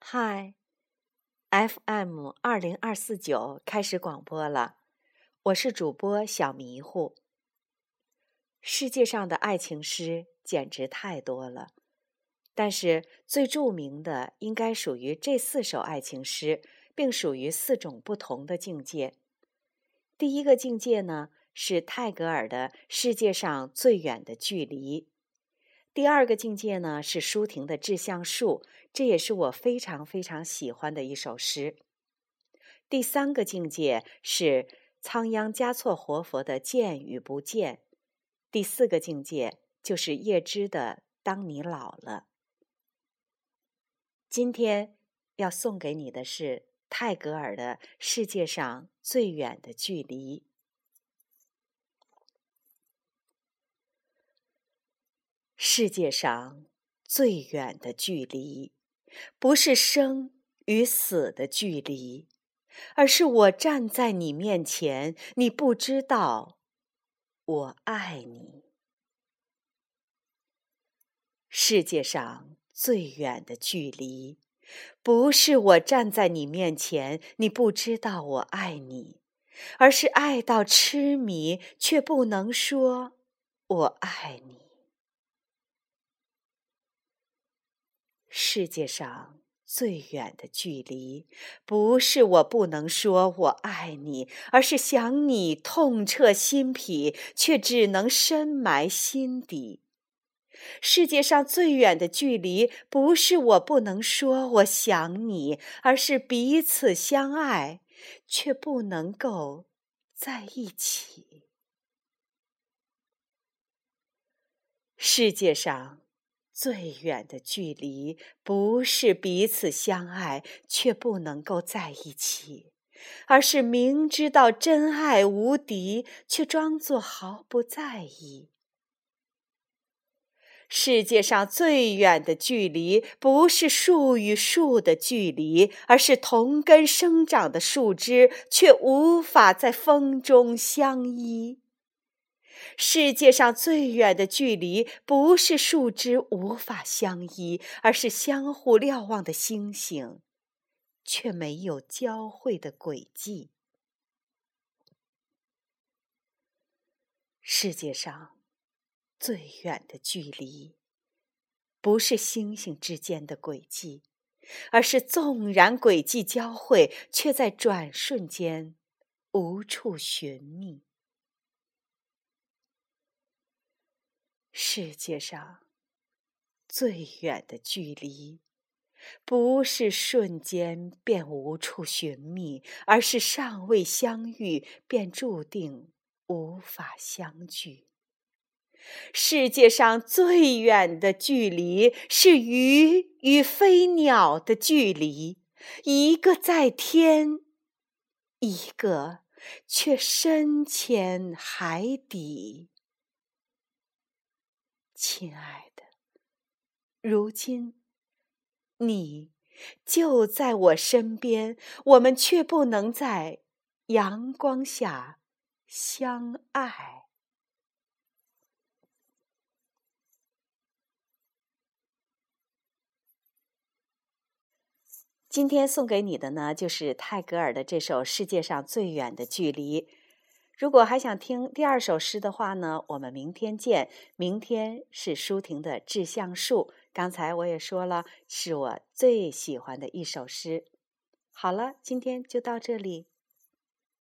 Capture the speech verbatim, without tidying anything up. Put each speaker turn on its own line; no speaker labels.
嗨，F M 二零二四九开始广播了，我是主播小迷糊。世界上的爱情诗简直太多了，但是最著名的应该属于这四首爱情诗，并属于四种不同的境界。第一个境界呢，是泰戈尔的《世界上最远的距离》。第二个境界呢，是舒婷的《致橡树》，这也是我非常非常喜欢的一首诗。第三个境界是仓央嘉措活佛的《见与不见》。第四个境界就是叶芝的《当你老了》。今天要送给你的是泰戈尔的《世界上最远的距离》。世界上最远的距离，不是生与死的距离，而是我站在你面前，你不知道我爱你。世界上最远的距离，不是我站在你面前，你不知道我爱你，而是爱到痴迷，却不能说我爱你。世界上最远的距离，不是我不能说我爱你，而是想你痛彻心脾，却只能深埋心底。世界上最远的距离，不是我不能说我想你，而是彼此相爱，却不能够在一起。世界上最远的距离，不是彼此相爱却不能够在一起，而是明知道真爱无敌，却装作毫不在意。世界上最远的距离，不是树与树的距离，而是同根生长的树枝，却无法在风中相依。世界上最远的距离，不是树枝无法相依，而是相互瞭望的星星，却没有交汇的轨迹。世界上最远的距离，不是星星之间的轨迹，而是纵然轨迹交汇，却在转瞬间无处寻觅。世界上最远的距离，不是瞬间便无处寻觅，而是尚未相遇便注定无法相聚。世界上最远的距离，是鱼与飞鸟的距离，一个在天，一个却深潜海底。亲爱的，如今你就在我身边，我们却不能在阳光下相爱。今天送给你的呢，就是泰戈尔的这首《世界上最远的距离》。如果还想听第二首诗的话呢，我们明天见。明天是舒婷的《致橡树》，刚才我也说了，是我最喜欢的一首诗。好了，今天就到这里。